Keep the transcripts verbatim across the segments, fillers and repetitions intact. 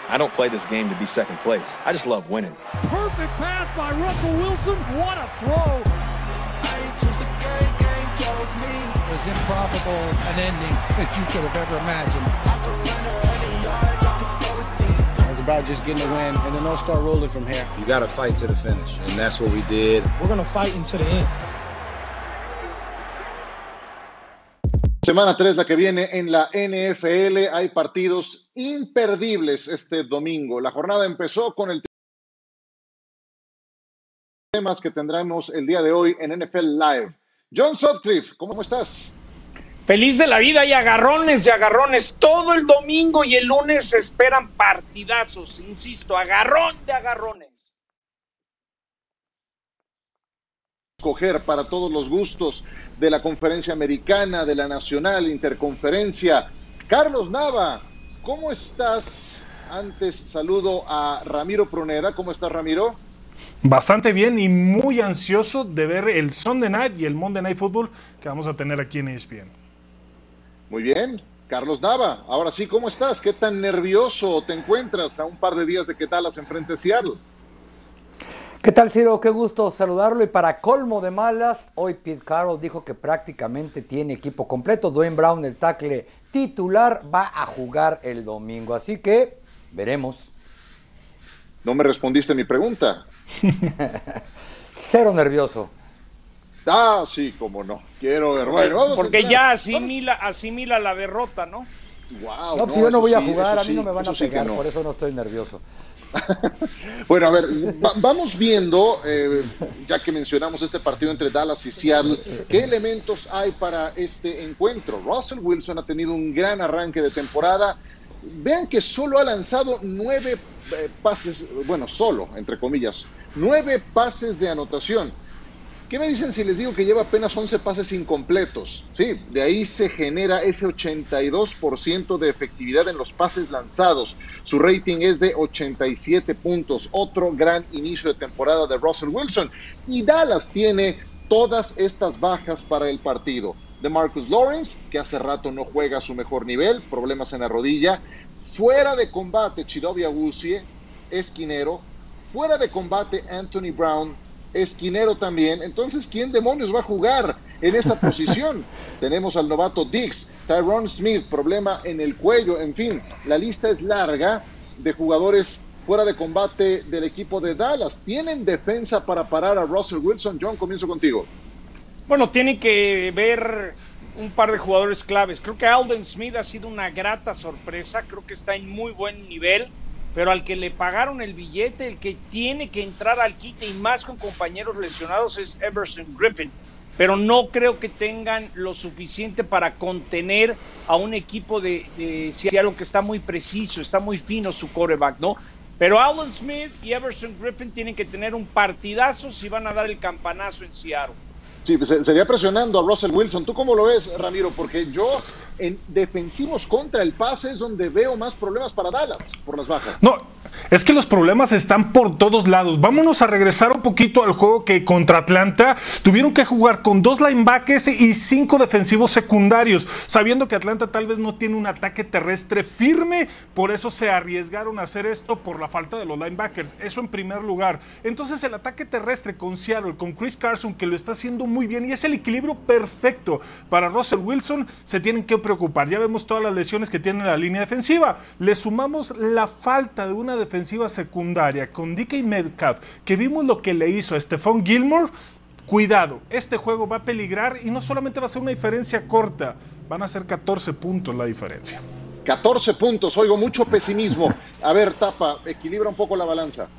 I don't play this game to be second place. I just love winning. Perfect pass by Russell Wilson. What a throw. It was improbable an ending that you could have ever imagined. It was about just getting a win, and then they'll start rolling from here. You got to fight to the finish, and that's what we did. We're going to fight until the end. Semana tres, la que viene en la N F L. Hay partidos imperdibles este domingo. La jornada empezó con el temas que tendremos el día de hoy en N F L Live. John Sutcliffe, ¿cómo estás? Feliz de la vida y agarrones de agarrones. Todo el domingo y el lunes se esperan partidazos. Insisto, agarrón de agarrones. Escoger para todos los gustos de la conferencia americana, de la nacional, interconferencia. Carlos Nava, ¿cómo estás? Antes saludo a Ramiro Pruneda. ¿Cómo estás, Ramiro? Bastante bien y muy ansioso de ver el Sunday Night y el Monday Night Football que vamos a tener aquí en E S P N. Muy bien. Carlos Nava, ahora sí, ¿cómo estás? ¿Qué tan nervioso te encuentras a un par de días de que Dallas enfrente a Seattle? ¿Qué tal, Ciro? Qué gusto saludarlo. Y para colmo de malas, hoy Pete Carroll dijo que prácticamente tiene equipo completo. Dwayne Brown, el tackle titular, va a jugar el domingo. Así que veremos. No me respondiste mi pregunta. Cero nervioso. Ah, sí, cómo no. Quiero ver. Bueno, vamos Porque a ya asimila, asimila la derrota, ¿no? Wow, no, no, si yo no voy a sí, jugar, a mí sí, no me van a pegar, sí no. Por eso no estoy nervioso. Bueno, a ver, va, vamos viendo, eh, ya que mencionamos este partido entre Dallas y Seattle, ¿qué elementos hay para este encuentro? Russell Wilson ha tenido un gran arranque de temporada. Vean que solo ha lanzado nueve eh, pases, bueno, solo, entre comillas, nueve pases de anotación. ¿Qué me dicen si les digo que lleva apenas once pases incompletos? Sí, de ahí se genera ese ochenta y dos por ciento de efectividad en los pases lanzados. Su rating es de ochenta y siete puntos. Otro gran inicio de temporada de Russell Wilson. Y Dallas tiene todas estas bajas para el partido. De Marcus Lawrence, que hace rato no juega a su mejor nivel, problemas en la rodilla. Fuera de combate, Chidobe Awuzie, esquinero. Fuera de combate, Anthony Brown, esquinero también. Entonces, ¿quién demonios va a jugar en esa posición? Tenemos al novato Diggs, Tyron Smith, problema en el cuello, en fin, la lista es larga de jugadores fuera de combate del equipo de Dallas. ¿Tienen defensa para parar a Russell Wilson? John, comienzo contigo. Bueno, tiene que ver un par de jugadores claves. Creo que Aldon Smith ha sido una grata sorpresa, creo que está en muy buen nivel. Pero al que le pagaron el billete, el que tiene que entrar al quite y más con compañeros lesionados es Everson Griffin. Pero no creo que tengan lo suficiente para contener a un equipo de, de Seattle que está muy preciso, está muy fino su quarterback, ¿no? Pero Aldon Smith y Everson Griffin tienen que tener un partidazo si van a dar el campanazo en Seattle. Sí, pues sería presionando a Russell Wilson. ¿Tú cómo lo ves, Ramiro? Porque yo en defensivos contra el pase es donde veo más problemas para Dallas por las bajas. No, es que los problemas están por todos lados. Vámonos a regresar un poquito al juego que contra Atlanta tuvieron que jugar con dos linebackers y cinco defensivos secundarios, sabiendo que Atlanta tal vez no tiene un ataque terrestre firme, por eso se arriesgaron a hacer esto por la falta de los linebackers. Eso en primer lugar. Entonces el ataque terrestre con Seattle, con Chris Carson, que lo está haciendo muy bien y es el equilibrio perfecto para Russell Wilson, se tienen que preocupar. Ya vemos todas las lesiones que tiene la línea defensiva. Le sumamos la falta de una defensiva secundaria con D K Metcalf, que vimos lo que le hizo a Stephon Gilmore. Cuidado, este juego va a peligrar y no solamente va a ser una diferencia corta, van a ser catorce puntos la diferencia. catorce puntos, oigo mucho pesimismo. A ver, Tapa, equilibra un poco la balanza.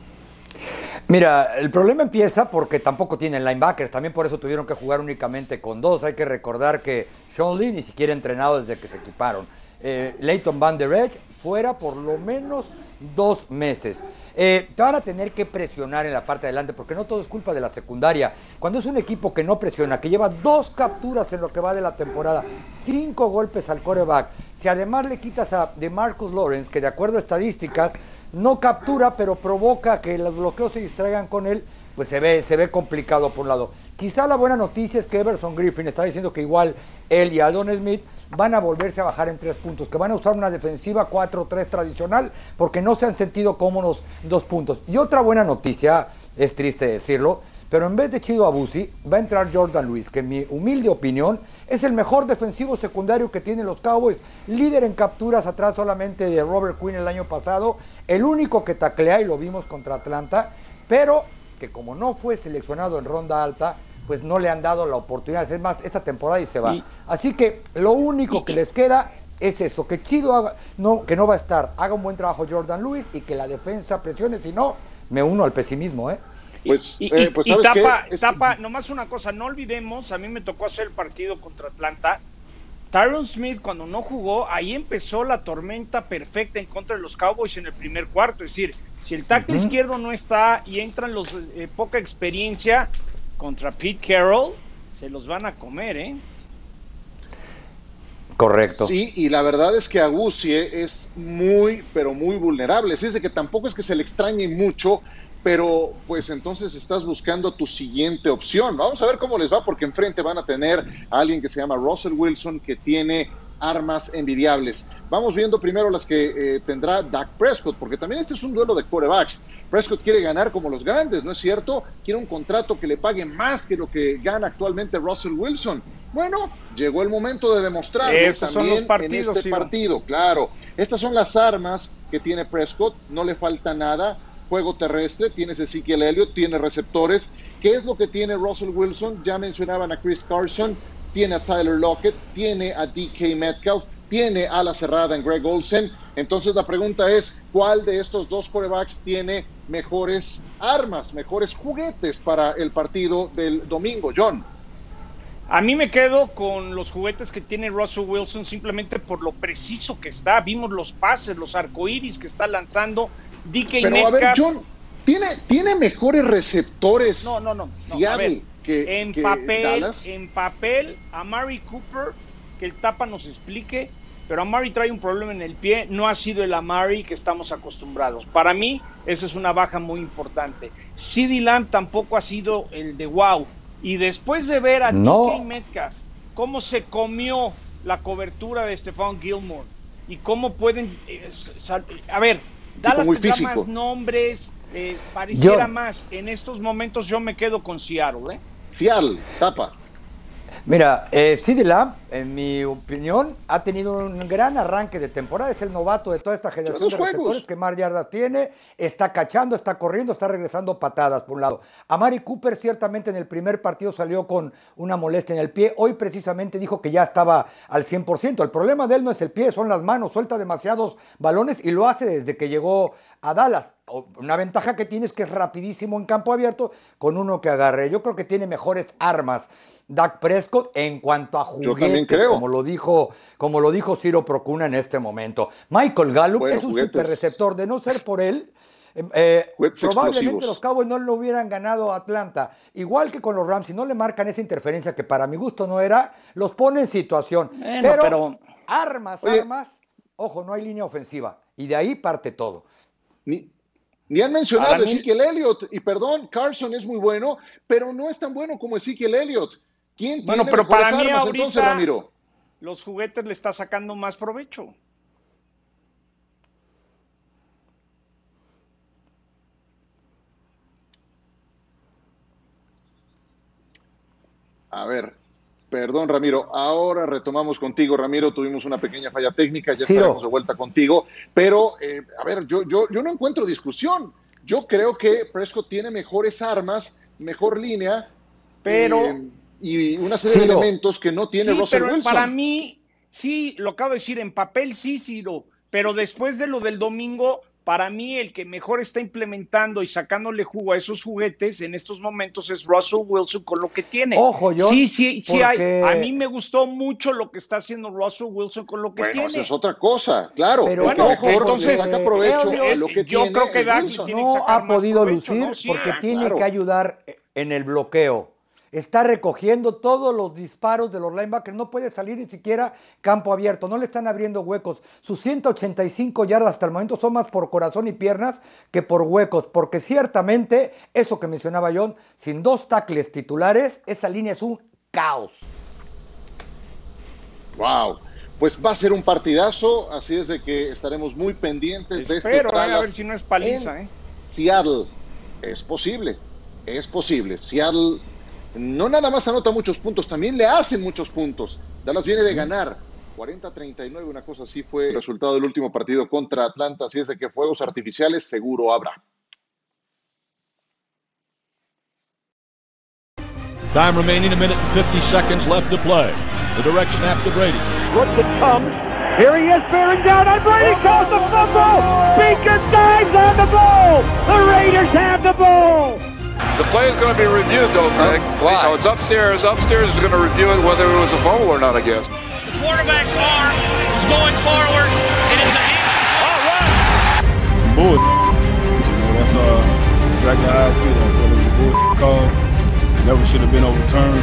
Mira, el problema empieza porque tampoco tienen linebackers, también por eso tuvieron que jugar únicamente con dos. Hay que recordar que Sean Lee ni siquiera ha entrenado desde que se equiparon. Eh, Leighton Van Der Esch fuera por lo menos dos meses. Eh, te van a tener que presionar en la parte de adelante porque no todo es culpa de la secundaria. Cuando es un equipo que no presiona, que lleva dos capturas en lo que va de la temporada, cinco golpes al quarterback, si además le quitas a DeMarcus Lawrence, que de acuerdo a estadísticas no captura, pero provoca que los bloqueos se distraigan con él, pues se ve, se ve complicado por un lado. Quizá la buena noticia es que Everson Griffin está diciendo que igual él y Aldon Smith van a volverse a bajar en tres puntos, que van a usar una defensiva cuatro tres tradicional porque no se han sentido cómodos dos puntos. Y otra buena noticia, es triste decirlo, pero en vez de Chido Abusi va a entrar Jordan Lewis, que en mi humilde opinión es el mejor defensivo secundario que tienen los Cowboys, líder en capturas atrás solamente de Robert Quinn el año pasado, el único que taclea y lo vimos contra Atlanta, pero que como no fue seleccionado en ronda alta, pues no le han dado la oportunidad, es más, esta temporada y se va. Y, Así que lo único que les queda es eso, que Chido haga, no, que no va a estar, haga un buen trabajo Jordan Lewis y que la defensa presione, si no, me uno al pesimismo, ¿eh? Pues, y, eh, pues y, ¿sabes y tapa, qué? Es... tapa, nomás una cosa, no olvidemos, a mí me tocó hacer el partido contra Atlanta. Tyron Smith, cuando no jugó, ahí empezó la tormenta perfecta en contra de los Cowboys en el primer cuarto. Es decir, si el tackle uh-huh. izquierdo no está y entran los eh, poca experiencia contra Pete Carroll, se los van a comer, ¿eh? Correcto. Sí, y la verdad es que Agusie es muy, pero muy vulnerable. Es decir, que tampoco es que se le extrañe mucho, pero pues entonces estás buscando tu siguiente opción. Vamos a ver cómo les va, porque enfrente van a tener a alguien que se llama Russell Wilson, que tiene armas envidiables. Vamos viendo primero las que eh, tendrá Dak Prescott, porque también este es un duelo de quarterbacks. Prescott quiere ganar como los grandes, ¿no es cierto? Quiere un contrato que le pague más que lo que gana actualmente Russell Wilson. Bueno, llegó el momento de demostrarlo Esos también son los partidos, en este sí. partido, claro. Estas son las armas que tiene Prescott, no le falta nada. Juego terrestre, tienes Ezekiel Elliott, tiene receptores. ¿Qué es lo que tiene Russell Wilson? Ya mencionaban a Chris Carson, tiene a Tyler Lockett, tiene a D K Metcalf, tiene a la cerrada en Greg Olsen. Entonces la pregunta es, ¿cuál de estos dos quarterbacks tiene mejores armas, mejores juguetes para el partido del domingo, John? A mí me quedo con los juguetes que tiene Russell Wilson simplemente por lo preciso que está. Vimos los pases, los arcoíris que está lanzando D K Pero Metcalf. a ver, John, ¿tiene, tiene mejores receptores no, no, no, no. Seattle A ver, que, en que papel, Dallas? En papel, a Amari Cooper, que el tapa nos explique, pero Amari trae un problema en el pie, no ha sido el Amari que estamos acostumbrados. Para mí, esa es una baja muy importante. CeeDee Lamb tampoco ha sido el de wow. Y después de ver a no. D K Metcalf, cómo se comió la cobertura de Stephon Gilmore y cómo pueden... Eh, sal, a ver, Dallas tendrá más nombres, eh, pareciera yo, más. En estos momentos yo me quedo con Seattle, ¿eh? Seattle, tapa. Mira, eh, CeeDee Lamb, en mi opinión, ha tenido un gran arranque de temporada. Es el novato de toda esta generación de receptores que más yardas tiene. Está cachando, está corriendo, está regresando patadas, por un lado. Amari Cooper ciertamente en el primer partido salió con una molestia en el pie. Hoy precisamente dijo que ya estaba al cien por ciento. El problema de él no es el pie, son las manos. Suelta demasiados balones y lo hace desde que llegó a Dallas. Una ventaja que tiene es que es rapidísimo en campo abierto con uno que agarre. Yo creo que tiene mejores armas Dak Prescott en cuanto a juguetes, como lo dijo, como lo dijo Ciro Procuna en este momento. Michael Gallup bueno, es un super receptor, de no ser por él, eh, probablemente explosivos. Los Cowboys no lo hubieran ganado a Atlanta. Igual que con los Rams, si no le marcan esa interferencia que para mi gusto no era, los pone en situación. Bueno, pero, pero armas, Oye. armas, ojo, no hay línea ofensiva. Y de ahí parte todo. Ni... Ni han mencionado a Ezekiel Elliott, y perdón, Carson es muy bueno, pero no es tan bueno como Ezekiel Elliott. ¿Quién bueno, tiene pero mejores para mí armas ahorita, entonces, Ramiro? Los juguetes le está sacando más provecho. A ver, perdón, Ramiro, ahora retomamos contigo, Ramiro, tuvimos una pequeña falla técnica, ya sí, estaremos de vuelta contigo, pero, eh, a ver, yo, yo, yo no encuentro discusión. Yo creo que Prescott tiene mejores armas, mejor línea, pero eh, y una serie sí, de elementos que no tiene sí, Russell pero Wilson. Para mí, sí, lo acabo de decir, en papel sí, Ciro, pero después de lo del domingo, para mí el que mejor está implementando y sacándole jugo a esos juguetes en estos momentos es Russell Wilson con lo que tiene. Ojo, John. Sí, sí, sí porque... hay. A mí me gustó mucho lo que está haciendo Russell Wilson con lo que bueno, tiene. Eso es otra cosa, claro. Pero bueno, ojo, entonces saca provecho eh, a lo que yo tiene creo que Dak Wilson. tiene no que ha podido provecho, lucir ¿no? Sí, porque ah, tiene claro. que ayudar en el bloqueo. está recogiendo todos los disparos de los linebackers, no puede salir ni siquiera campo abierto, no le están abriendo huecos. Sus ciento ochenta y cinco yardas hasta el momento son más por corazón y piernas que por huecos, porque ciertamente, eso que mencionaba John, sin dos tackles titulares, esa línea es un caos. Wow, pues va a ser un partidazo, así es de que estaremos muy pendientes de este Espero, Dallas a ver si no es paliza, ¿eh? Seattle. Es posible, es posible. Seattle no nada más anota muchos puntos, también le hacen muchos puntos. Dallas viene de ganar cuarenta a treinta y nueve, una cosa así fue el resultado del último partido contra Atlanta, así es de que fuegos artificiales seguro habrá. Time remaining, a minute and fifty seconds left to play. The direct snap to Brady. Brooks comes. Here he is bearing down on Brady. Calls the fumble. Beacon dives on the ball. The Raiders have the ball. The play is going to be reviewed, though, Greg. Why? You know, it's upstairs. Upstairs is going to review it whether it was a fumble or not, I guess. The quarterback's arm is going forward. It is a hit. All right. Some bull. You know, that's uh, exactly how I feel. I feel like the bull call never should have been overturned.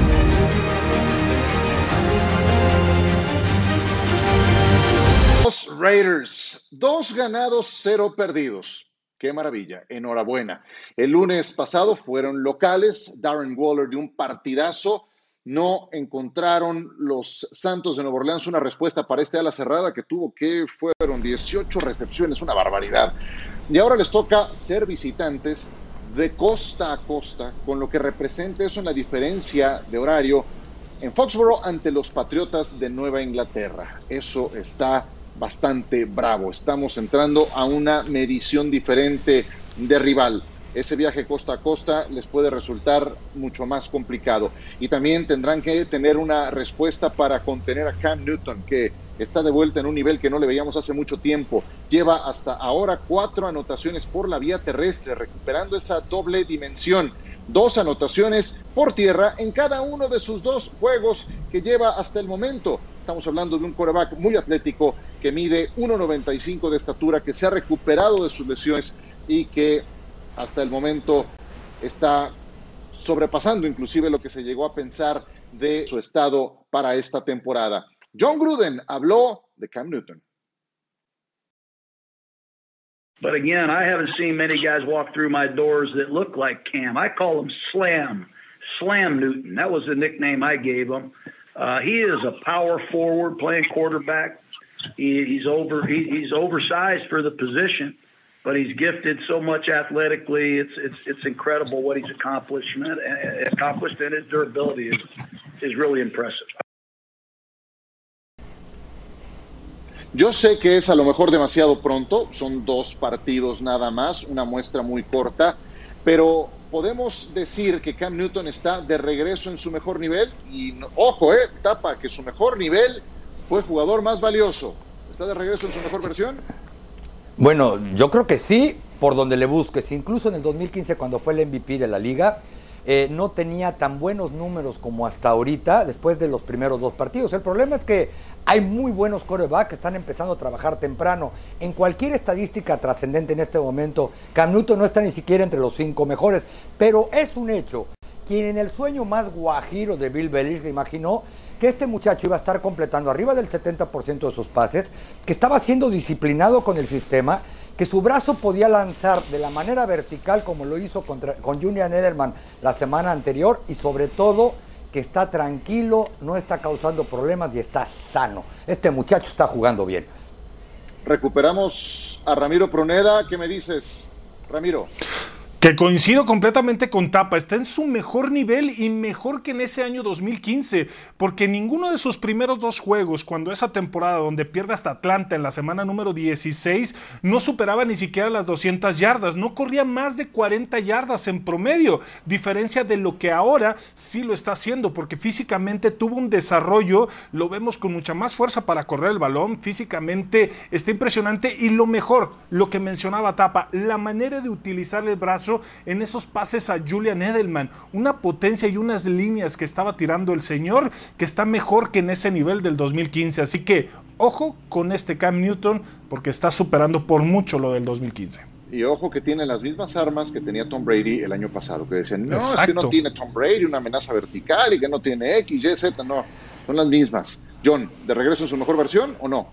Los Raiders, dos ganados, cero perdidos. ¡Qué maravilla! Enhorabuena. El lunes pasado fueron locales. Darren Waller de un partidazo. No encontraron los Santos de Nueva Orleans una respuesta para este ala cerrada que tuvo que fueron dieciocho recepciones, una barbaridad. Y ahora les toca ser visitantes de costa a costa, con lo que representa eso en la diferencia de horario en Foxborough ante los Patriotas de Nueva Inglaterra. Eso está bastante bravo. Estamos entrando a una medición diferente de rival. Ese viaje costa a costa les puede resultar mucho más complicado. Y también tendrán que tener una respuesta para contener a Cam Newton, que está de vuelta en un nivel que no le veíamos hace mucho tiempo. Lleva hasta ahora cuatro anotaciones por la vía terrestre, recuperando esa doble dimensión. Dos anotaciones por tierra en cada uno de sus dos juegos que lleva hasta el momento. Estamos hablando de un quarterback muy atlético que mide uno noventa y cinco de estatura, que se ha recuperado de sus lesiones y que hasta el momento está sobrepasando inclusive lo que se llegó a pensar de su estado para esta temporada. John Gruden habló de Cam Newton. But again, I haven't seen many guys walk through my doors that look like Cam. I call him Slam, Slam Newton. That was the nickname I gave him. Uh, he is a power forward playing quarterback. He, he's over. He, he's oversized for the position, but he's gifted so much athletically. It's it's it's incredible what he's accomplishment accomplished, and his durability is is really impressive. Yo sé que es a lo mejor demasiado pronto, son dos partidos nada más, una muestra muy corta, pero podemos decir que Cam Newton está de regreso en su mejor nivel y, ojo, eh, tapa, que su mejor nivel fue jugador más valioso. ¿Está de regreso en su mejor versión? Bueno, yo creo que sí, por donde le busques. Incluso en el dos mil quince, cuando fue el M V P de la liga, eh, no tenía tan buenos números como hasta ahorita, después de los primeros dos partidos. El problema es que hay muy buenos quarterbacks que están empezando a trabajar temprano. En cualquier estadística trascendente en este momento, Cam Newton no está ni siquiera entre los cinco mejores, pero es un hecho. Quien en el sueño más guajiro de Bill Belichick imaginó que este muchacho iba a estar completando arriba del setenta por ciento de sus pases, que estaba siendo disciplinado con el sistema, que su brazo podía lanzar de la manera vertical como lo hizo contra, con Julian Edelman la semana anterior, y sobre todo que está tranquilo, no está causando problemas y está sano. Este muchacho está jugando bien. Recuperamos a Ramiro Pruneda. ¿Qué me dices, Ramiro? Que coincido completamente con Tapa, está en su mejor nivel y mejor que en ese año dos mil quince, porque ninguno de sus primeros dos juegos, cuando esa temporada donde pierde hasta Atlanta en la semana número dieciséis, no superaba ni siquiera las doscientas yardas, no corría más de cuarenta yardas en promedio, diferencia de lo que ahora sí lo está haciendo, porque físicamente tuvo un desarrollo, lo vemos con mucha más fuerza para correr el balón, físicamente está impresionante, y lo mejor, lo que mencionaba Tapa, la manera de utilizar el brazo en esos pases a Julian Edelman, una potencia y unas líneas que estaba tirando el señor, que está mejor que en ese nivel del dos mil quince, así que ojo con este Cam Newton, porque está superando por mucho lo del dos mil quince. Y ojo que tiene las mismas armas que tenía Tom Brady el año pasado, que decían, no, Exacto. es que no tiene Tom Brady una amenaza vertical y que no tiene X, Y, Z, no, son las mismas. John, ¿de regreso en su mejor versión o no?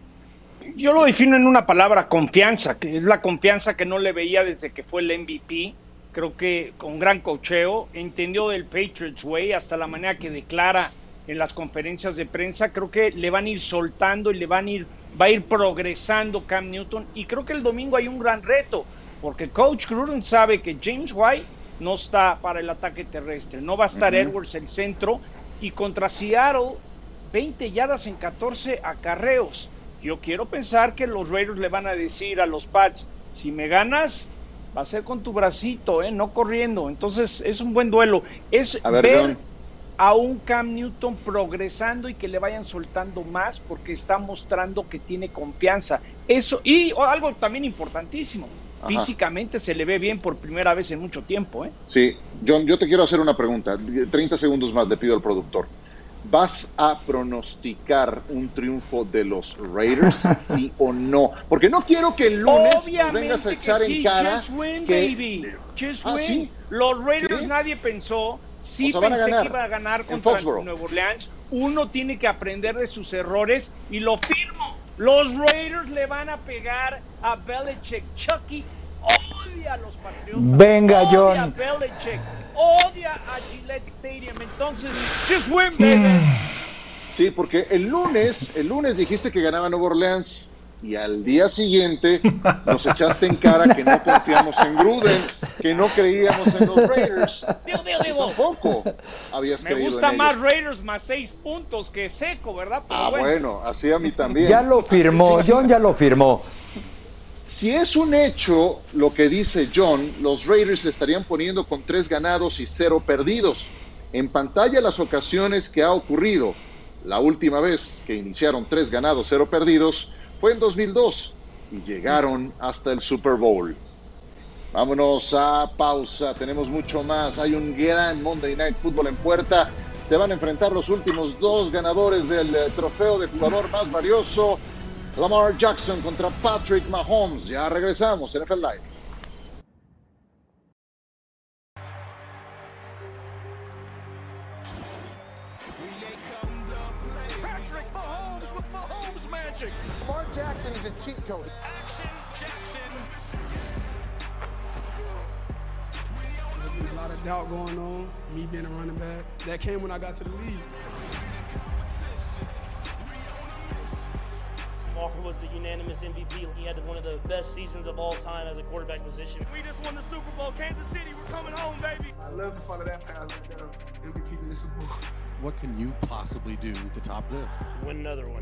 Yo lo defino en una palabra, confianza, que es la confianza que no le veía desde que fue el M V P. Creo que con gran cocheo, entendió del Patriots Way, hasta la manera que declara en las conferencias de prensa. Creo que le van a ir soltando y le van a ir, va a ir progresando Cam Newton. Y creo que el domingo hay un gran reto, porque Coach Gruden sabe que James White no está para el ataque terrestre, no va a estar uh-huh. Edwards el centro, y contra Seattle, veinte yardas en catorce acarreos. Yo quiero pensar que los Raiders le van a decir a los Pats, si me ganas, va a ser con tu bracito, ¿eh? No corriendo. Entonces es un buen duelo. Es a ver, ver John. a un Cam Newton progresando y que le vayan soltando más, porque está mostrando que tiene confianza. Eso, y oh, algo también importantísimo, Ajá. físicamente se le ve bien por primera vez en mucho tiempo, ¿eh? Sí, John, yo te quiero hacer una pregunta. treinta segundos más le pido al productor. ¿Vas a pronosticar un triunfo de los Raiders, sí o no? Porque no quiero que el lunes nos vengas a echar sí, en cara just win, que... baby. Just ah, win. ¿sí? Los Raiders ¿Sí? nadie pensó, sí o sea, pensé ganar que iba a ganar contra Nueva Orleans. Uno tiene que aprender de sus errores y lo firmo. Los Raiders le van a pegar a Belichick. Chucky odia a los Patriotas. Venga, odia John. a Belichick. Odia a Gillette Stadium. Entonces, just win, baby. Sí, porque el lunes, el lunes dijiste que ganaba Nueva Orleans y al día siguiente nos echaste en cara que no confiamos en Gruden, que no creíamos en los Raiders. Digo, digo, digo. Tampoco habías Me creído gusta en más ellos. Raiders más seis puntos que Seco, ¿verdad? Pero ah, bueno. bueno, así a mí también. Ya lo firmó, John ya lo firmó. Si es un hecho lo que dice John, los Raiders le estarían poniendo con tres ganados y cero perdidos. En pantalla las ocasiones que ha ocurrido. La última vez que iniciaron tres ganados, cero perdidos, fue en dos mil dos y llegaron hasta el Super Bowl. Vámonos a pausa, tenemos mucho más. Hay un gran Monday Night Football en puerta. Se van a enfrentar los últimos dos ganadores del eh, trofeo de jugador más valioso. Lamar Jackson contra Patrick Mahomes. Ya regresamos en N F L Live. Lamar Jackson is a cheat code. Action Jackson. There's a lot of doubt going on, me being a running back. That came when I got to the league. Lamar was a unanimous M V P. He had one of the best seasons of all time as a quarterback position. We just won the Super Bowl. Kansas City, we're coming home, baby. I love to follow that path like that. M V P in the Super Bowl. What can you possibly do to top this? Win another one.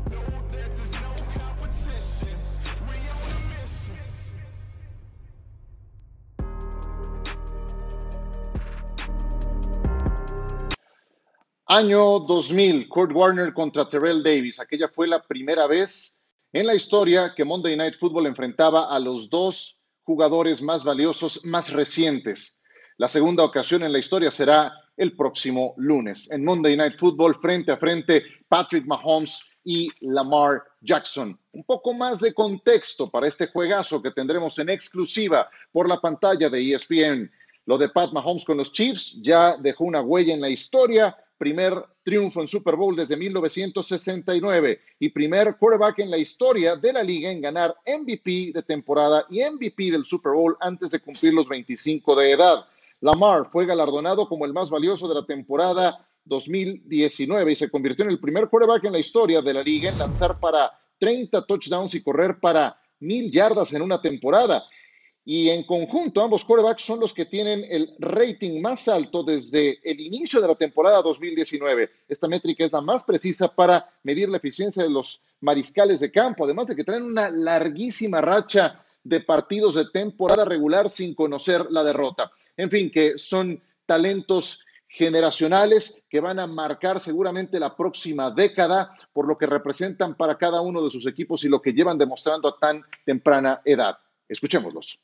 Año dos mil, Kurt Warner contra Terrell Davis. Aquella fue la primera vez en la historia que Monday Night Football enfrentaba a los dos jugadores más valiosos, más recientes. La segunda ocasión en la historia será el próximo lunes. En Monday Night Football, frente a frente, Patrick Mahomes y Lamar Jackson. Un poco más de contexto para este juegazo que tendremos en exclusiva por la pantalla de E S P N. Lo de Pat Mahomes con los Chiefs ya dejó una huella en la historia. Primer triunfo en Super Bowl desde mil novecientos sesenta y nueve y primer quarterback en la historia de la liga en ganar M V P de temporada y M V P del Super Bowl antes de cumplir los veinticinco de edad. Lamar fue galardonado como el más valioso de la temporada dos mil diecinueve y se convirtió en el primer quarterback en la historia de la liga en lanzar para treinta touchdowns y correr para mil yardas en una temporada. Y en conjunto, ambos quarterbacks son los que tienen el rating más alto desde el inicio de la temporada dos mil diecinueve. Esta métrica es la más precisa para medir la eficiencia de los mariscales de campo, además de que traen una larguísima racha de partidos de temporada regular sin conocer la derrota. En fin, que son talentos generacionales que van a marcar seguramente la próxima década por lo que representan para cada uno de sus equipos y lo que llevan demostrando a tan temprana edad. Escuchémoslos.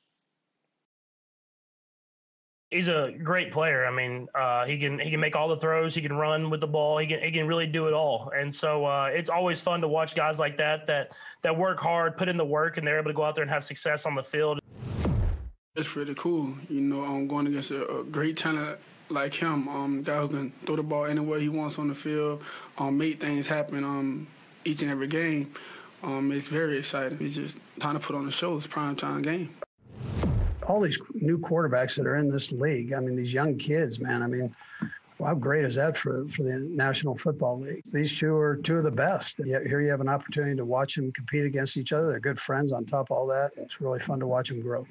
He's a great player. I mean, uh, he can he can make all the throws. He can run with the ball. He can he can really do it all. And so uh, it's always fun to watch guys like that that that work hard, put in the work, and they're able to go out there and have success on the field. It's pretty cool, you know, I'm going against a, a great talent like him, um, guy who can throw the ball anywhere he wants on the field, um, make things happen um, each and every game. Um, it's very exciting. It's just time to put on the show. It's prime time game. All these new quarterbacks that are in this league, I mean, these young kids, man, I mean, well, how great is that for, for the National Football League? These two are two of the best. Here you have an opportunity to watch them compete against each other. They're good friends on top of all that. It's really fun to watch them grow.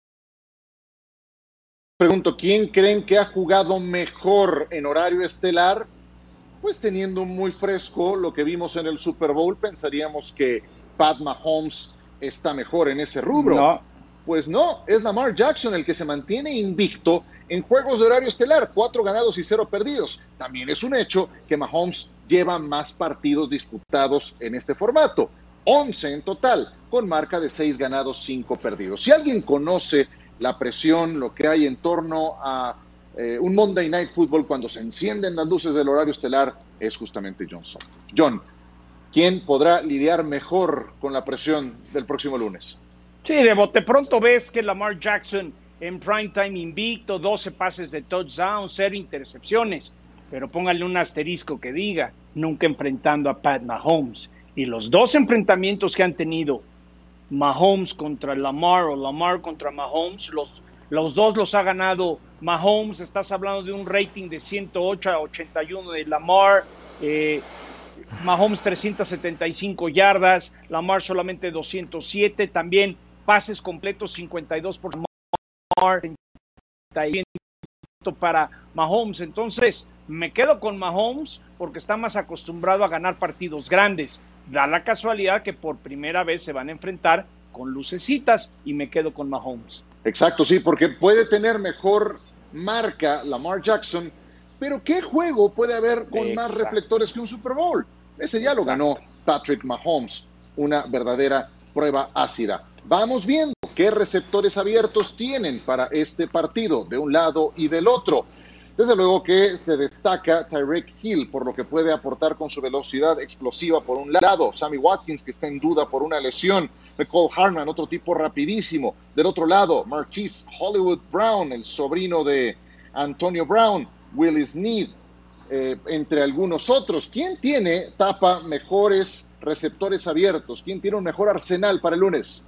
Pregunto, ¿quién creen que ha jugado mejor en horario estelar? Pues teniendo muy fresco lo que vimos en el Super Bowl, pensaríamos que Pat Mahomes está mejor en ese rubro. No. Pues no, es Lamar Jackson el que se mantiene invicto en juegos de horario estelar, cuatro ganados y cero perdidos. También es un hecho que Mahomes lleva más partidos disputados en este formato, once en total, con marca de seis ganados, cinco perdidos. Si alguien conoce la presión, lo que hay en torno a eh, un Monday Night Football cuando se encienden las luces del horario estelar, es justamente John Sutton. John, ¿quién podrá lidiar mejor con la presión del próximo lunes? Sí, de bote pronto ves que Lamar Jackson en primetime invicto, doce pases de touchdown, cero intercepciones, pero póngale un asterisco que diga, nunca enfrentando a Pat Mahomes. Y los dos enfrentamientos que han tenido Mahomes contra Lamar o Lamar contra Mahomes, los, los dos los ha ganado Mahomes. Estás hablando de un rating de ciento ocho a ochenta y uno de Lamar, eh, Mahomes trescientas setenta y cinco yardas, Lamar solamente doscientos siete, también pases completos cincuenta y dos por Lamar, setenta y siete para Mahomes. Entonces me quedo con Mahomes porque está más acostumbrado a ganar partidos grandes. Da la casualidad que por primera vez se van a enfrentar con lucecitas y me quedo con Mahomes. Exacto, sí, porque puede tener mejor marca Lamar Jackson, pero ¿qué juego puede haber con Exacto. más reflectores que un Super Bowl? Ese ya lo Exacto. ganó Patrick Mahomes, una verdadera prueba ácida. Vamos viendo qué receptores abiertos tienen para este partido, de un lado y del otro. Desde luego que se destaca Tyreek Hill por lo que puede aportar con su velocidad explosiva por un lado. Sammy Watkins, que está en duda por una lesión. Mecole Hardman, otro tipo rapidísimo. Del otro lado, Marquise Hollywood Brown, el sobrino de Antonio Brown. Willie Snead, eh, entre algunos otros. ¿Quién tiene, Tapa, mejores receptores abiertos? ¿Quién tiene un mejor arsenal para el lunes?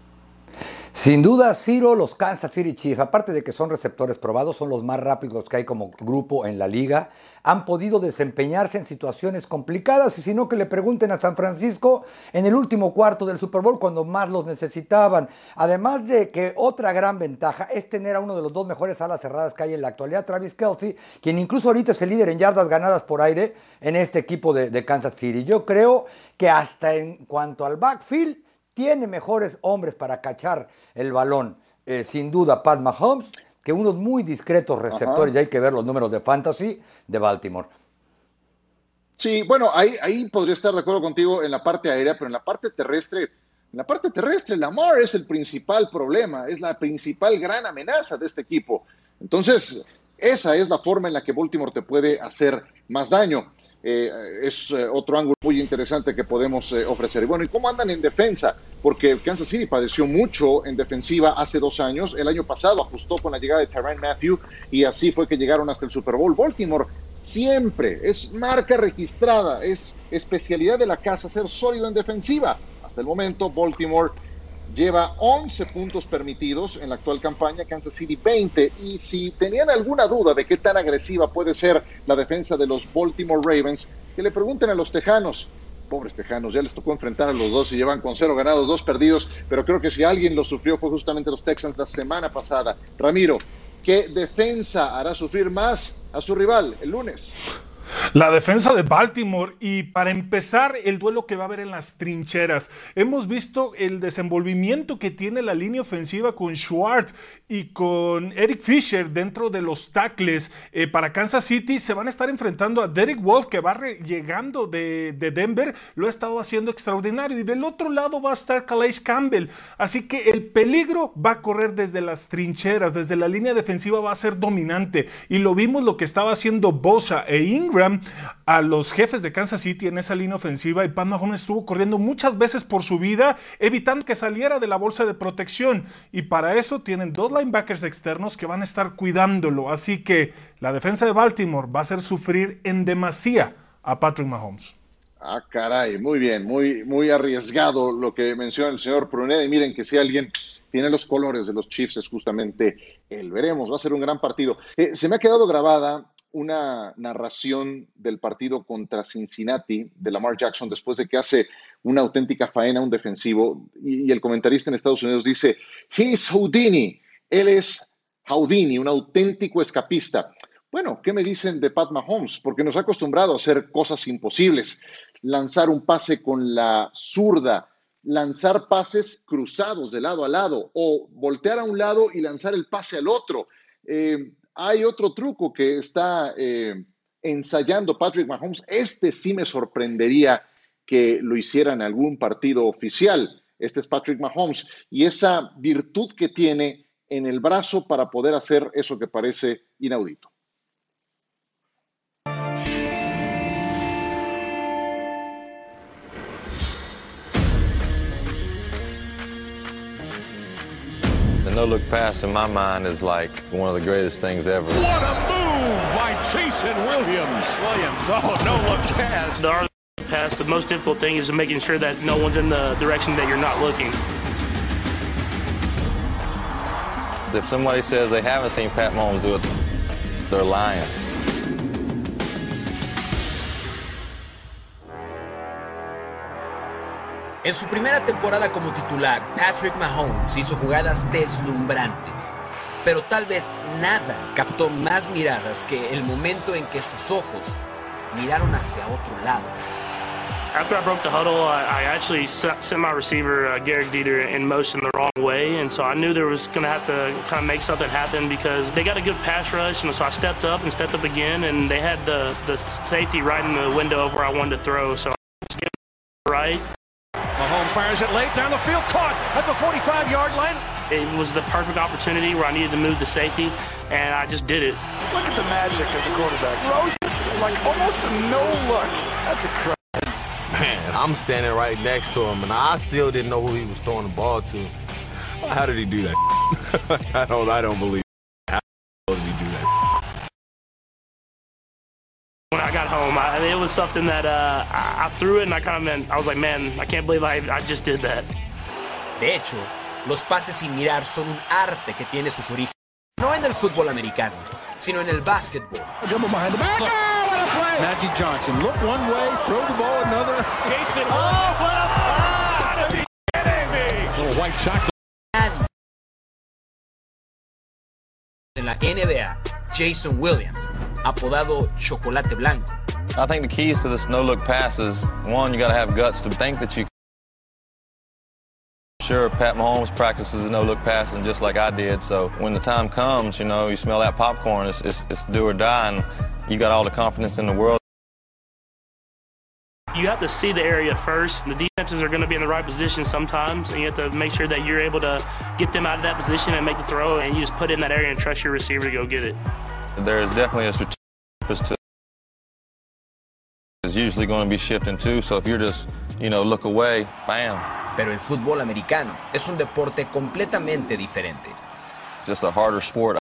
Sin duda, Ciro, los Kansas City Chiefs, aparte de que son receptores probados, son los más rápidos que hay como grupo en la liga, han podido desempeñarse en situaciones complicadas, y si no, que le pregunten a San Francisco en el último cuarto del Super Bowl cuando más los necesitaban. Además de que otra gran ventaja es tener a uno de los dos mejores alas cerradas que hay en la actualidad, Travis Kelce, quien incluso ahorita es el líder en yardas ganadas por aire en este equipo de, de Kansas City. Yo creo que hasta en cuanto al backfield, tiene mejores hombres para cachar el balón, eh, sin duda Pat Mahomes, que unos muy discretos receptores, y hay que ver los números de fantasy de Baltimore. Sí, bueno, ahí, ahí podría estar de acuerdo contigo en la parte aérea, pero en la parte terrestre, en la parte terrestre, Lamar es el principal problema, es la principal gran amenaza de este equipo. Entonces, esa es la forma en la que Baltimore te puede hacer más daño. Eh, es eh, otro ángulo muy interesante que podemos eh, ofrecer. Y bueno, ¿y cómo andan en defensa? Porque Kansas City padeció mucho en defensiva hace dos años. El año pasado ajustó con la llegada de Tyrann Mathieu y así fue que llegaron hasta el Super Bowl. Baltimore siempre es marca registrada, es especialidad de la casa ser sólido en defensiva. Hasta el momento Baltimore lleva once puntos permitidos en la actual campaña, Kansas City veinte, y si tenían alguna duda de qué tan agresiva puede ser la defensa de los Baltimore Ravens, que le pregunten a los tejanos. Pobres tejanos, ya les tocó enfrentar a los dos y llevan con cero ganados, dos perdidos, pero creo que si alguien lo sufrió fue justamente los Texans la semana pasada. Ramiro, ¿qué defensa hará sufrir más a su rival el lunes? La defensa de Baltimore, y para empezar el duelo que va a haber en las trincheras. Hemos visto el desenvolvimiento que tiene la línea ofensiva con Schwartz y con Eric Fisher dentro de los tackles. Eh, para Kansas City se van a estar enfrentando a Derek Wolfe, que va re- llegando de, de Denver, lo ha estado haciendo extraordinario, y del otro lado va a estar Calais Campbell, así que el peligro va a correr desde las trincheras, desde la línea defensiva va a ser dominante, y lo vimos lo que estaba haciendo Bosa e Ingram tenían a los jefes de Kansas City en esa línea ofensiva y Pat Mahomes estuvo corriendo muchas veces por su vida, evitando que saliera de la bolsa de protección. Y para eso tienen dos linebackers externos que van a estar cuidándolo. Así que la defensa de Baltimore va a hacer sufrir en demasía a Patrick Mahomes. Ah, caray, muy bien, muy, muy arriesgado lo que menciona el señor Pruneda. Y miren que si alguien tiene los colores de los Chiefs es justamente él. Veremos, va a ser un gran partido. Eh, se me ha quedado grabada una narración del partido contra Cincinnati de Lamar Jackson después de que hace una auténtica faena un defensivo y, y el comentarista en Estados Unidos dice, he's Houdini, él es Houdini, un auténtico escapista. Bueno, ¿qué me dicen de Pat Mahomes? Porque nos ha acostumbrado a hacer cosas imposibles, lanzar un pase con la zurda, lanzar pases cruzados de lado a lado o voltear a un lado y lanzar el pase al otro. Eh, hay otro truco que está eh, ensayando Patrick Mahomes. Este sí me sorprendería que lo hiciera en algún partido oficial. Este es Patrick Mahomes y esa virtud que tiene en el brazo para poder hacer eso que parece inaudito. The no-look pass in my mind is like one of the greatest things ever. What a move by Jason Williams. Williams, oh, no-look pass. The no-look pass, the most difficult thing is making sure that no one's in the direction that you're not looking. If somebody says they haven't seen Pat Mahomes do it, they're lying. En su primera temporada como titular, Patrick Mahomes hizo jugadas deslumbrantes, pero tal vez nada captó más miradas que el momento en que sus ojos miraron hacia otro lado. After I broke the huddle, I, I actually sent my receiver, uh, Garrett Dieter, in motion the wrong way, and so I knew there was going to have to kind of make something happen because they got a good pass rush, and so I stepped up and stepped up again, and they had the, the safety right in the window of where I wanted to throw, so I just gave it right. Mahomes fires it late down the field, caught at the forty-five-yard line. It was the perfect opportunity where I needed to move the safety, and I just did it. Look at the magic of the quarterback. Throws it like almost a no-look. That's a crap. Man, I'm standing right next to him, and I still didn't know who he was throwing the ball to. How did he do that? I don't, I don't believe. How did he do that? When I got home, I, it was something that uh, I, I threw it, and I kind of meant, I was like, man, I can't believe I, I just did that. De hecho, los pases sin mirar son un arte que tiene sus orígenes, no en el fútbol americano, sino en el básquetbol. Magic Johnson, look one way, throw the ball another. Jason, oh, what a pass! Are you kidding me? Little white chocolate. En la N B A, Jason Williams, apodado Chocolate Blanco. I think the keys to this no-look pass is, one, you got to have guts to think that you can. Sure, Pat Mahomes practices no-look passing just like I did, so when the time comes, you know, you smell that popcorn, it's, it's, it's do or die, and you got all the confidence in the world. You have to see the area first. The defenses are going to be in the right position sometimes, and you have to make sure that you're able to get them out of that position and make the throw, and you just put it in that area and trust your receiver to go get it. There is definitely a strategic purpose to it. It's usually going to be shifting too, so if you're just, you know, look away, bam. Pero el fútbol americano es un deporte completamente diferente. It's just a harder sport.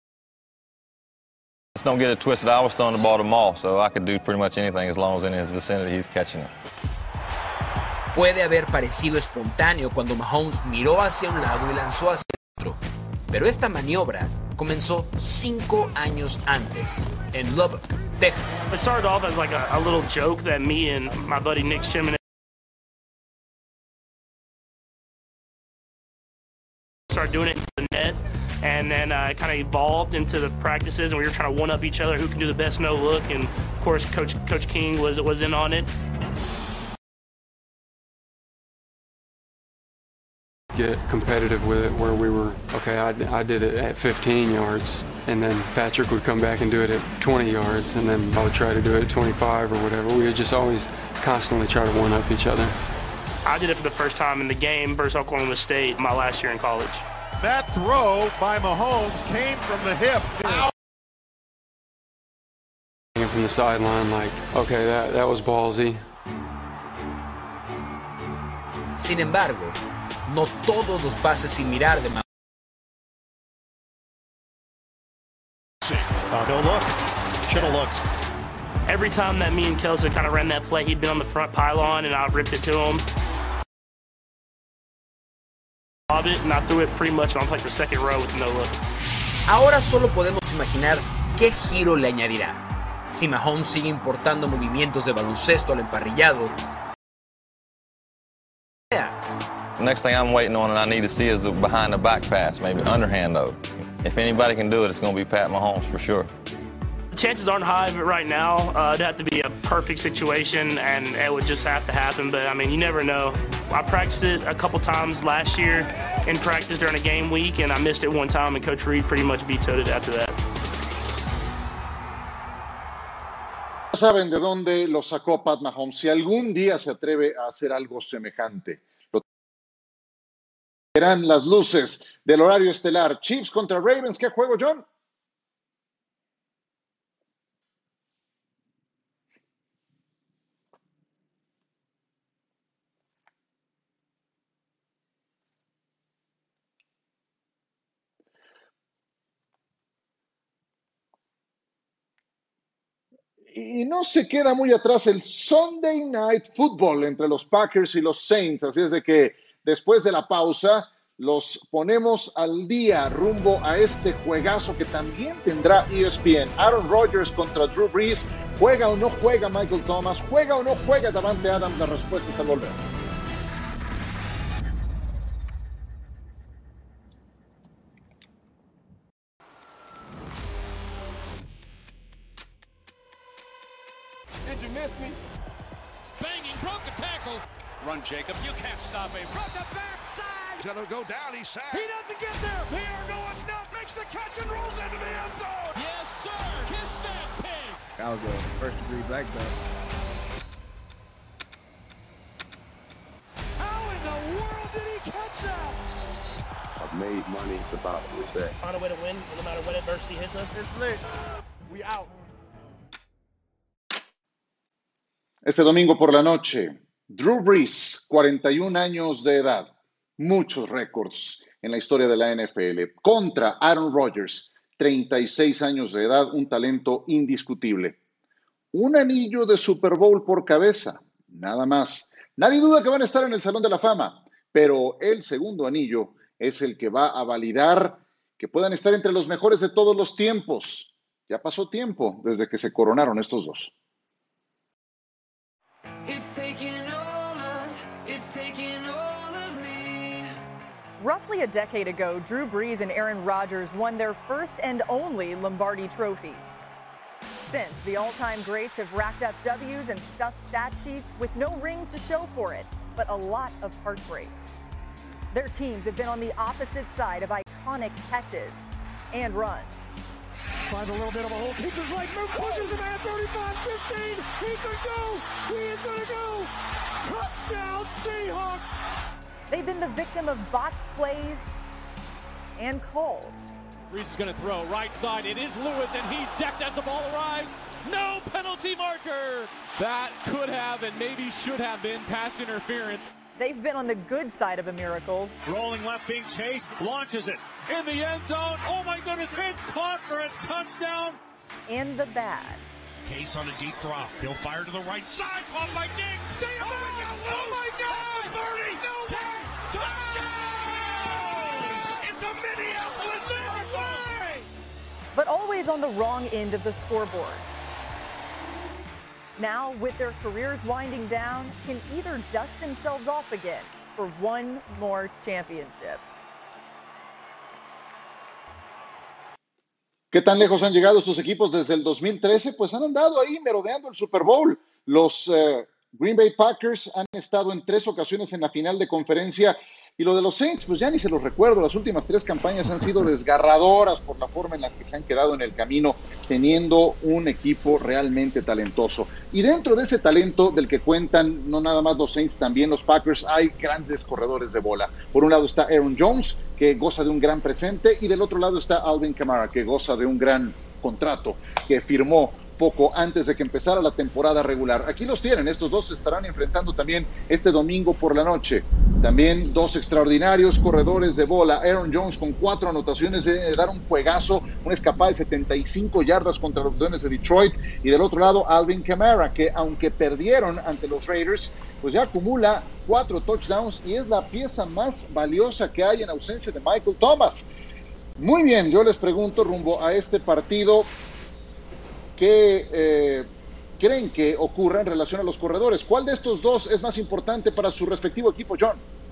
Just don't get it twisted. I was throwing the ball to Moss, so I could do pretty much anything as long as in his vicinity he's catching it. Puede haber parecido espontáneo cuando Mahomes miró hacia un lado y lanzó hacia otro, pero esta maniobra comenzó cinco años antes, en Lubbock, Texas. It started off as like a, a little joke that me and my buddy Nick Shimon started doing it in the net, and then uh, it kind of evolved into the practices, and we were trying to one-up each other who can do the best no-look, and of course Coach Coach King was was in on it. Get competitive with it where we were, okay, I, I did it at fifteen yards, and then Patrick would come back and do it at twenty yards, and then I would try to do it at twenty-five or whatever. We would just always constantly try to one-up each other. I did it for the first time in the game versus Oklahoma State my last year in college. That throw by Mahomes came from the hip. Ow. looking from the sideline like, okay, that, that was ballsy. Sin embargo, no todos los pases sin mirar de Mahomes. Uh, no look. Should have looked. Every time that me and Kelce kind of ran that play, he'd been on the front pylon and I ripped it to him. It and I threw it pretty much on like the second row with no look. Ahora solo podemos imaginar qué giro le añadirá. Si Mahomes sigue importando movimientos de baloncesto al emparrillado. Next thing I'm waiting on and I need to see is the behind the back pass, maybe underhand though. If anybody can do it, it's going to be Pat Mahomes for sure. The chances aren't high of it right now. Uh, it'd have to be a perfect situation and it would just have to happen. But I mean, you never know. I practiced it a couple times last year in practice during a game week and I missed it one time and Coach Reed pretty much vetoed it after that. Saben de dónde lo sacó Pat Mahomes. Si algún día se atreve a hacer algo semejante, lo serán las luces del horario estelar. Chiefs contra Ravens. ¿Qué juego, John? Y no se queda muy atrás el Sunday Night Football entre los Packers y los Saints. Así es de que después de la pausa los ponemos al día rumbo a este juegazo que también tendrá E S P N. Aaron Rodgers contra Drew Brees. ¿Juega o no juega Michael Thomas? ¿Juega o no juega Davante Adams? La respuesta está al volver. Did you miss me? Banging, broke a tackle. Run, Jacob. You can't stop him. From the backside. He's going to go down. He's sacked. He doesn't get there. They are going nuts. Makes the catch and rolls into the end zone. Yes, sir. Kiss that pig. That was a first degree black belt. How in the world did he catch that? I've made money about respect. Find a way to win no matter what adversity hits us. We out. Este domingo por la noche, Drew Brees, cuarenta y un años de edad, muchos récords en la historia de la N F L, contra Aaron Rodgers, treinta y seis años de edad, un talento indiscutible. Un anillo de Super Bowl por cabeza, nada más. Nadie duda que van a estar en el Salón de la Fama, pero el segundo anillo es el que va a validar que puedan estar entre los mejores de todos los tiempos. Ya pasó tiempo desde que se coronaron estos dos. It's taking all of, it's taking all of me. Roughly a decade ago, Drew Brees and Aaron Rodgers won their first and only Lombardi trophies. Since, the all-time greats have racked up W's and stuffed stat sheets with no rings to show for it, but a lot of heartbreak. Their teams have been on the opposite side of iconic catches and runs. Finds a little bit of a hole, keeps his legs moving, pushes him at thirty-five, fifteen, he could go, he is gonna go, touchdown Seahawks! They've been the victim of botched plays and calls. Brees is gonna throw, right side, it is Lewis, and he's decked as the ball arrives, no penalty marker! That could have and maybe should have been pass interference. They've been on the good side of a miracle. Rolling left, being chased, launches it in the end zone. Oh my goodness, it's caught for a touchdown. And the bad. Case on a deep drop. He'll fire to the right side. Caught by Diggs. Stay up. Oh, oh my God. thirty. No way. Touchdown. It's a Minneapolis Miracle. But always on the wrong end of the scoreboard. Now, with their careers winding down, can either dust themselves off again for one more championship. ¿Qué tan lejos han llegado estos equipos desde el dos mil trece? Pues han andado ahí merodeando el Super Bowl. Los uh, Green Bay Packers han estado en tres ocasiones en la final de conferencia. Y lo de los Saints, pues ya ni se los recuerdo. Las últimas tres campañas han sido desgarradoras por la forma en la que se han quedado en el camino, teniendo un equipo realmente talentoso. Y dentro de ese talento del que cuentan no nada más los Saints, también los Packers, hay grandes corredores de bola. Por un lado está Aaron Jones, que goza de un gran presente, y del otro lado está Alvin Kamara, que goza de un gran contrato que firmó poco antes de que empezara la temporada regular. Aquí los tienen, estos dos se estarán enfrentando también este domingo por la noche. También dos extraordinarios corredores de bola. Aaron Jones con cuatro anotaciones, viene de dar un juegazo, una escapada de setenta y cinco yardas contra los Leones de Detroit. Y del otro lado, Alvin Kamara, que aunque perdieron ante los Raiders, pues ya acumula cuatro touchdowns y es la pieza más valiosa que hay en ausencia de Michael Thomas. Muy bien, yo les pregunto rumbo a este partido, ¿qué eh, creen que ocurra en relación a los corredores? ¿Cuál de estos dos es más importante para su respectivo equipo, John?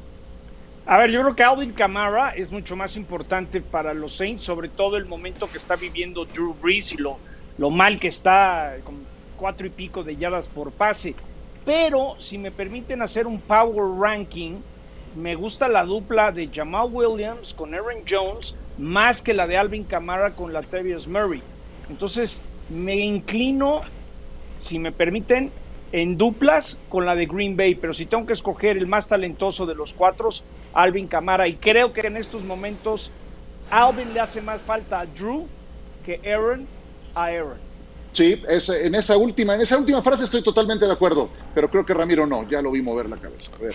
A ver, yo creo que Alvin Kamara es mucho más importante para los Saints, sobre todo el momento que está viviendo Drew Brees y lo, lo mal que está, con cuatro y pico de yardas por pase. Pero si me permiten hacer un power ranking, me gusta la dupla de Jamal Williams con Aaron Jones más que la de Alvin Kamara con Latavius Murray. Entonces me inclino, si me permiten, en duplas con la de Green Bay, pero si tengo que escoger el más talentoso de los cuatro, Alvin Kamara, y creo que en estos momentos Alvin le hace más falta a Drew que Aaron a Aaron. Sí, es, en esa última, en esa última frase estoy totalmente de acuerdo, pero creo que Ramiro no, ya lo vi mover la cabeza. A ver,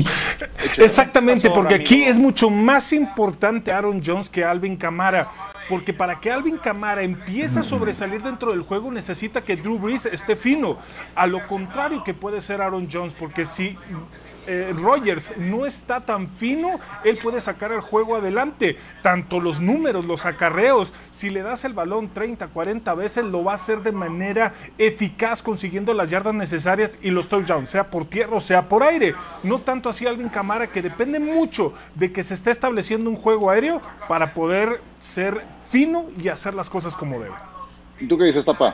exactamente, porque aquí es mucho más importante Aaron Jones que Alvin Kamara, porque para que Alvin Kamara empiece a sobresalir dentro del juego necesita que Drew Brees esté fino, a lo contrario que puede ser Aaron Jones, porque si Eh, Rodgers no está tan fino, él puede sacar el juego adelante, tanto los números, los acarreos, si le das el balón treinta, cuarenta veces, lo va a hacer de manera eficaz, consiguiendo las yardas necesarias y los touchdowns, sea por tierra o sea por aire, no tanto así Alvin Kamara, que depende mucho de que se esté estableciendo un juego aéreo para poder ser fino y hacer las cosas como debe. ¿Tú qué dices, Tapa?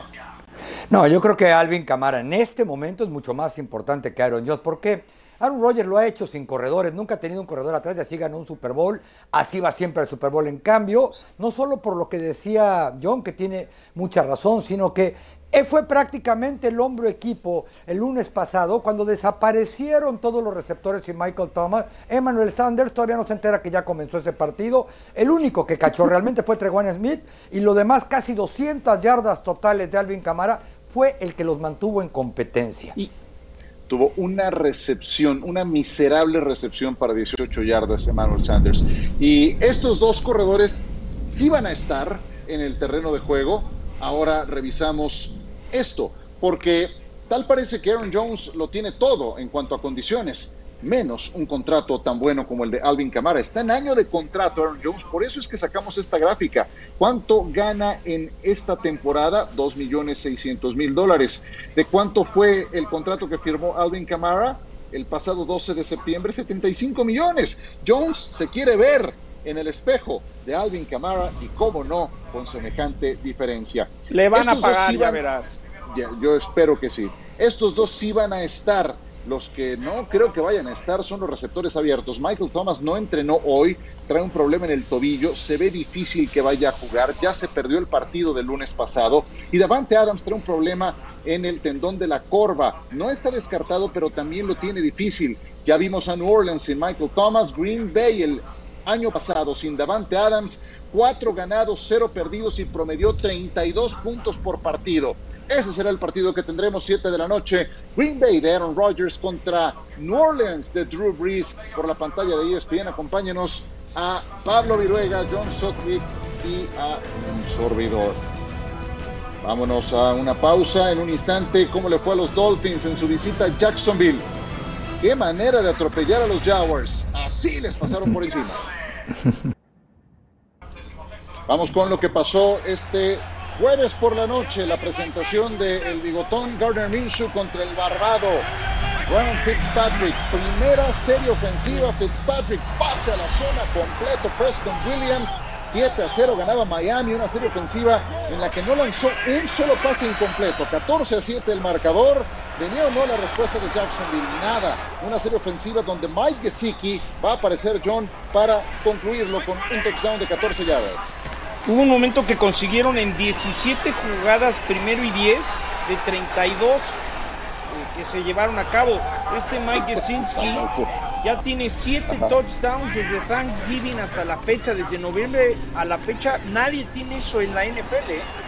No, yo creo que Alvin Kamara en este momento es mucho más importante que Aaron Jones, ¿por qué? Aaron Rodgers lo ha hecho sin corredores, nunca ha tenido un corredor atrás y así ganó un Super Bowl, así va siempre al Super Bowl. En cambio, no solo por lo que decía John, que tiene mucha razón, sino que él fue prácticamente el hombro equipo el lunes pasado, cuando desaparecieron todos los receptores y Michael Thomas. Emmanuel Sanders todavía no se entera que ya comenzó ese partido. El único que cachó realmente fue Tre'Quan Smith, y lo demás, casi doscientas yardas totales de Alvin Kamara, fue el que los mantuvo en competencia. Y tuvo una recepción, una miserable recepción para dieciocho yardas Emmanuel Sanders. Y estos dos corredores sí van a estar en el terreno de juego. Ahora revisamos esto, porque tal parece que Aaron Jones lo tiene todo en cuanto a condiciones, menos un contrato tan bueno como el de Alvin Kamara. Está en año de contrato Aaron Jones, por eso es que sacamos esta gráfica. ¿Cuánto gana en esta temporada? dos millones seiscientos mil dólares. ¿De cuánto fue el contrato que firmó Alvin Kamara el pasado doce de septiembre? setenta y cinco millones. Jones se quiere ver en el espejo de Alvin Kamara y, cómo no, con semejante diferencia. Le van Estos a pagar, sí van, ya verás. Ya, yo espero que sí. Estos dos sí van a estar. Los que no creo que vayan a estar son los receptores abiertos. Michael Thomas no entrenó hoy, trae un problema en el tobillo, se ve difícil que vaya a jugar, ya se perdió el partido del lunes pasado. Y Davante Adams trae un problema en el tendón de la corva. No está descartado, pero también lo tiene difícil. Ya vimos a New Orleans sin Michael Thomas. Green Bay el año pasado sin Davante Adams, cuatro ganados, cero perdidos y promedió treinta y dos puntos por partido. Ese será el partido que tendremos, siete de la noche. Green Bay de Aaron Rodgers contra New Orleans de Drew Brees por la pantalla de E S P N. Acompáñenos a Pablo Viruega, John Sutcliffe y a un servidor. Vámonos a una pausa. En un instante, ¿cómo le fue a los Dolphins en su visita a Jacksonville? Qué manera de atropellar a los Jaguars. Así les pasaron por encima. Vamos con lo que pasó este jueves por la noche, la presentación del bigotón Gardner Minshew contra el barbado Ryan Fitzpatrick. Primera serie ofensiva, Fitzpatrick pase a la zona completo. Preston Williams, siete a cero ganaba Miami, una serie ofensiva en la que no lanzó un solo pase incompleto. catorce a siete el marcador. ¿Venía o no la respuesta de Jacksonville? Nada. Una serie ofensiva donde Mike Gesicki va a aparecer, John, para concluirlo con un touchdown de catorce yardas. Hubo un momento que consiguieron en diecisiete jugadas, primero y diez, de treinta y dos eh, que se llevaron a cabo. Este Mike Gesicki ya tiene siete touchdowns desde Thanksgiving hasta la fecha, desde noviembre a la fecha. Nadie tiene eso en la N F L. ¿eh?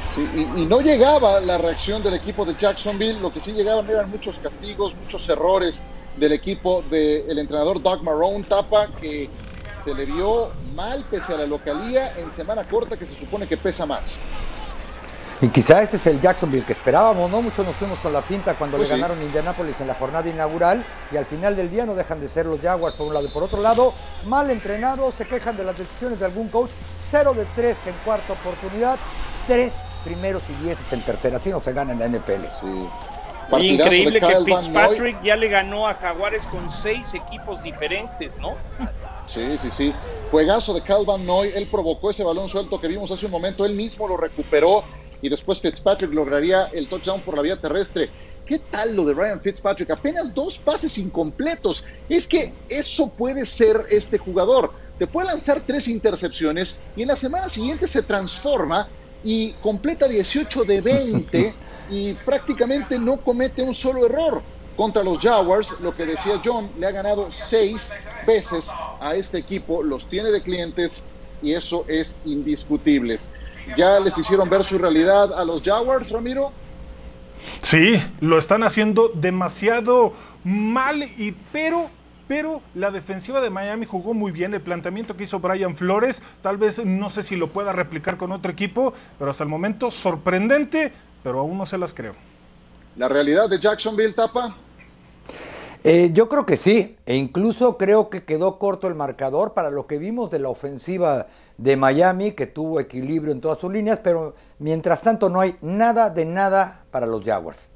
Sí, y, y no llegaba la reacción del equipo de Jacksonville, lo que sí llegaban eran muchos castigos, muchos errores del equipo del entrenador Doug Marrone, Tapa, que se le vio mal pese a la localía en semana corta que se supone que pesa más. Y quizá este es el Jacksonville que esperábamos, ¿no? Muchos nos fuimos con la finta cuando Pues le sí. ganaron a Indianapolis en la jornada inaugural y al final del día no dejan de ser los Jaguars por un lado. Y por otro lado, mal entrenados, se quejan de las decisiones de algún coach. cero de tres en cuarta oportunidad, tres primeros y diez en tercera. Así no se gana en la N F L. Sí. Increíble que Kyle Van Fitzpatrick Noy. ya le ganó a Jaguares con seis equipos diferentes, ¿no? Sí, sí, sí. Juegazo de Kyle Van Noy. Él provocó ese balón suelto que vimos hace un momento. Él mismo lo recuperó y después Fitzpatrick lograría el touchdown por la vía terrestre. ¿Qué tal lo de Ryan Fitzpatrick? Apenas dos pases incompletos. Es que eso puede ser este jugador. Te puede lanzar tres intercepciones y en la semana siguiente se transforma y completa dieciocho de veinte y prácticamente no comete un solo error. Contra los Jaguars, lo que decía John, le ha ganado seis veces a este equipo, los tiene de clientes y eso es indiscutible. ¿Ya les hicieron ver su realidad a los Jaguars, Ramiro? Sí, lo están haciendo demasiado mal, y pero, pero la defensiva de Miami jugó muy bien. El planteamiento que hizo Brian Flores, tal vez no sé si lo pueda replicar con otro equipo, pero hasta el momento sorprendente, pero aún no se las creo. ¿La realidad de Jacksonville, Tapa? Eh, yo creo que sí, e incluso creo que quedó corto el marcador para lo que vimos de la ofensiva de Miami, que tuvo equilibrio en todas sus líneas, pero mientras tanto no hay nada de nada para los Jaguars.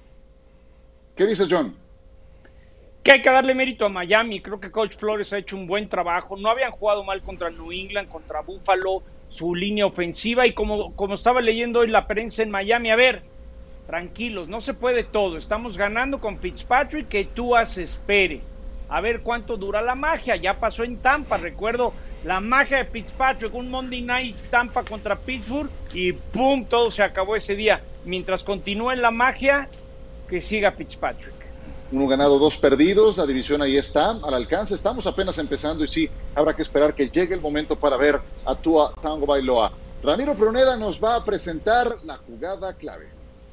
¿Qué dices, John? Que hay que darle mérito a Miami. Creo que Coach Flores ha hecho un buen trabajo. No habían jugado mal contra New England, contra Buffalo, su línea ofensiva, y como, como estaba leyendo hoy la prensa en Miami, a ver, tranquilos, no se puede todo. Estamos ganando con Fitzpatrick, que Tua se espere. A ver cuánto dura la magia. Ya pasó en Tampa, recuerdo la magia de Fitzpatrick, un Monday Night Tampa contra Pittsburgh y ¡pum! Todo se acabó ese día. Mientras continúe la magia, que siga Fitzpatrick. Uno ganado, dos perdidos, la división ahí está, al alcance. Estamos apenas empezando y sí, habrá que esperar que llegue el momento para ver a Tua Tagovailoa. Ramiro Pruneda nos va a presentar la jugada clave.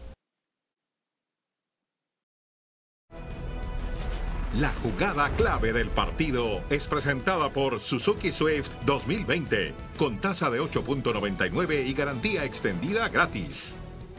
La jugada clave del partido es presentada por Suzuki Swift dos mil veinte, con tasa de ocho punto noventa y nueve y garantía extendida gratis.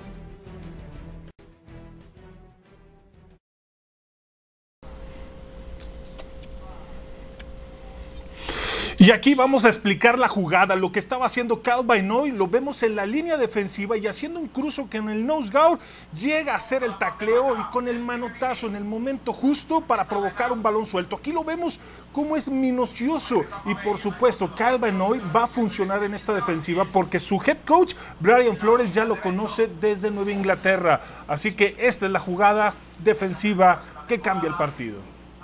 Y aquí vamos a explicar la jugada, lo que estaba haciendo Kyle Van Noy. Lo vemos en la línea defensiva y haciendo un cruzo que en el nose guard llega a hacer el tacleo y con el manotazo en el momento justo para provocar un balón suelto. Aquí lo vemos cómo es minucioso y por supuesto Kyle Van Noy va a funcionar en esta defensiva porque su head coach Brian Flores ya lo conoce desde Nueva Inglaterra. Así que esta es la jugada defensiva que cambia el partido.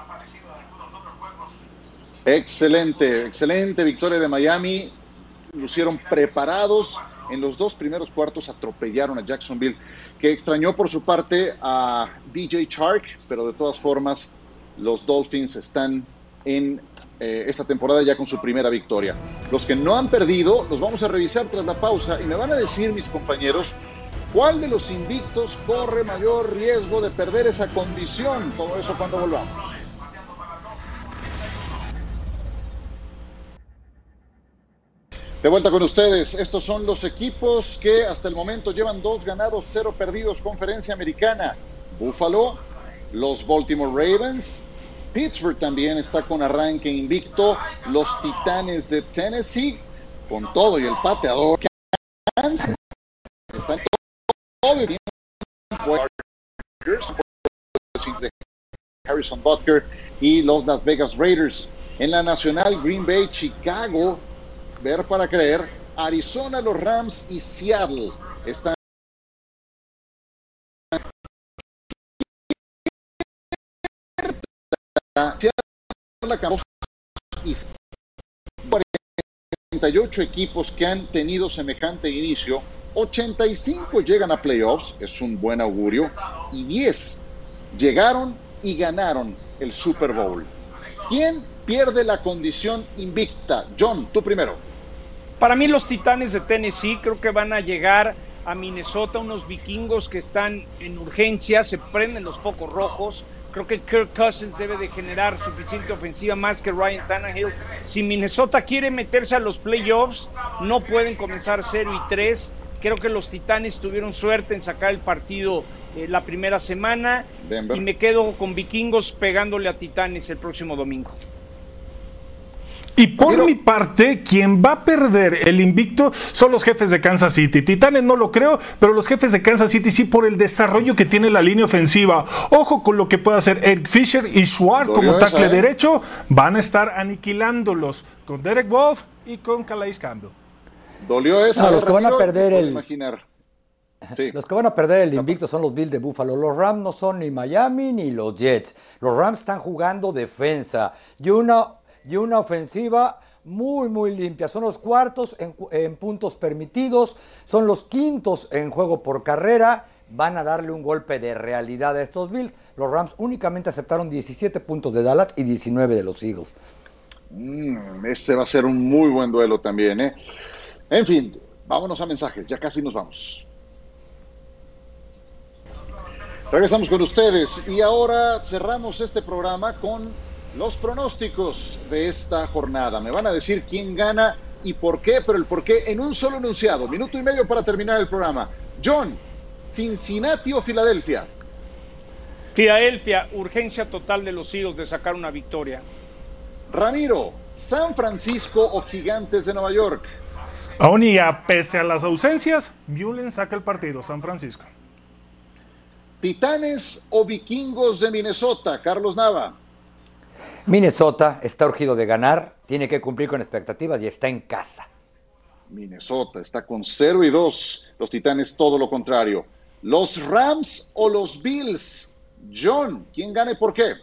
Excelente, excelente victoria de Miami. Lucieron preparados. En los dos primeros cuartos atropellaron a Jacksonville, que extrañó por su parte a D J Chark, pero de todas formas los Dolphins están en eh, esta temporada ya con su primera victoria. Los que no han perdido los vamos a revisar tras la pausa y me van a decir, mis compañeros, cuál de los invictos corre mayor riesgo de perder esa condición. Todo eso cuando volvamos. De vuelta con ustedes, estos son los equipos que hasta el momento llevan dos ganados, cero perdidos, conferencia americana. Buffalo, los Baltimore Ravens, Pittsburgh también está con arranque invicto, los Titanes de Tennessee, con todo y el pateador, Kansas, están todo el tiempo, de Harrison Butker y los Las Vegas Raiders. En la nacional, Green Bay, Chicago, ver para creer, Arizona, los Rams y Seattle están y cuarenta y ocho equipos que han tenido semejante inicio, ochenta y cinco llegan a playoffs, es un buen augurio, y diez llegaron y ganaron el Super Bowl. ¿Quién pierde la condición invicta? John, tú primero. Para mí los Titanes de Tennessee creo que van a llegar a Minnesota, unos vikingos que están en urgencia, se prenden los focos rojos. Creo que Kirk Cousins debe de generar suficiente ofensiva más que Ryan Tannehill. Si Minnesota quiere meterse a los playoffs, no pueden comenzar cero y tres. Creo que los Titanes tuvieron suerte en sacar el partido eh, la primera semana. Denver. Y me quedo con vikingos pegándole a Titanes el próximo domingo. Y por Pero, mi parte, quien va a perder el invicto son los Jefes de Kansas City. Titanes no lo creo, pero los Jefes de Kansas City sí, por el desarrollo que tiene la línea ofensiva. Ojo con lo que puede hacer Eric Fisher y Schwartz como tackle esa, ¿eh? derecho. Van a estar aniquilándolos con Derek Wolfe y con Calais Campbell. Dolió eso. No, los que van a perder el... imaginar. Sí. Los que van a perder el invicto son los Bills de Buffalo. Los Rams no son ni Miami ni los Jets. Los Rams están jugando defensa. Y una... y una ofensiva muy, muy limpia. Son los cuartos en, en puntos permitidos, son los quintos en juego por carrera. Van a darle un golpe de realidad a estos Bills. Los Rams únicamente aceptaron diecisiete puntos de Dallas y diecinueve de los Eagles. Mm, este va a ser un muy buen duelo también, ¿eh? En fin, vámonos a mensajes, ya casi nos vamos. Regresamos con ustedes y ahora cerramos este programa con los pronósticos de esta jornada. Me van a decir quién gana y por qué, pero el por qué en un solo enunciado. Minuto y medio para terminar el programa. John, ¿Cincinnati o Filadelfia? Filadelfia, urgencia total de los Eagles de sacar una victoria. Ramiro, ¿San Francisco o Gigantes de Nueva York? Aún y a pese a las ausencias, Mullen saca el partido, San Francisco. ¿Titanes o Vikingos de Minnesota? Carlos Nava. Minnesota está urgido de ganar, tiene que cumplir con expectativas y está en casa. Minnesota está con cero y dos, los Titanes todo lo contrario. ¿Los Rams o los Bills? John, ¿quién gana y por qué?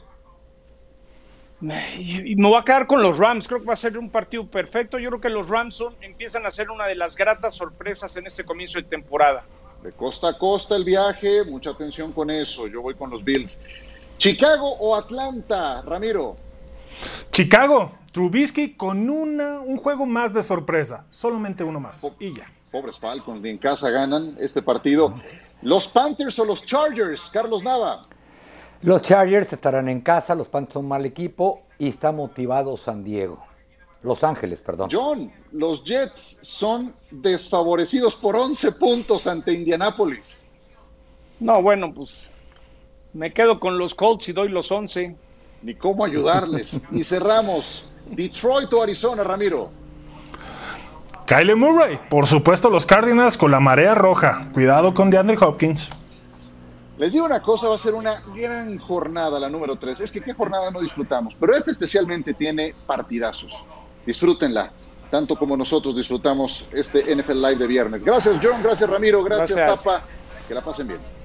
Me voy a quedar con los Rams, creo que va a ser un partido perfecto. Yo creo que los Rams son, empiezan a ser una de las gratas sorpresas en este comienzo de temporada. De costa a costa el viaje, mucha atención con eso, yo voy con los Bills. ¿Chicago o Atlanta, Ramiro? Chicago, Trubisky con una, un juego más de sorpresa, solamente uno más, po- y ya. Pobres Falcons, ni en casa ganan este partido. ¿Los Panthers o los Chargers, Carlos Nava? Los Chargers estarán en casa, los Panthers son mal equipo y está motivado San Diego. Los Ángeles, perdón. John, los Jets son desfavorecidos por once puntos ante Indianápolis. No, bueno, pues me quedo con los Colts y doy los once. Ni cómo ayudarles. Y cerramos. Detroit o Arizona, Ramiro. Kyler Murray, por supuesto los Cardinals con la marea roja. Cuidado con DeAndre Hopkins. Les digo una cosa, va a ser una gran jornada la número tres. Es que qué jornada no disfrutamos, pero esta especialmente tiene partidazos. Disfrútenla, tanto como nosotros disfrutamos este N F L Live de viernes. Gracias John, gracias Ramiro, gracias, gracias. Tapa. Que la pasen bien.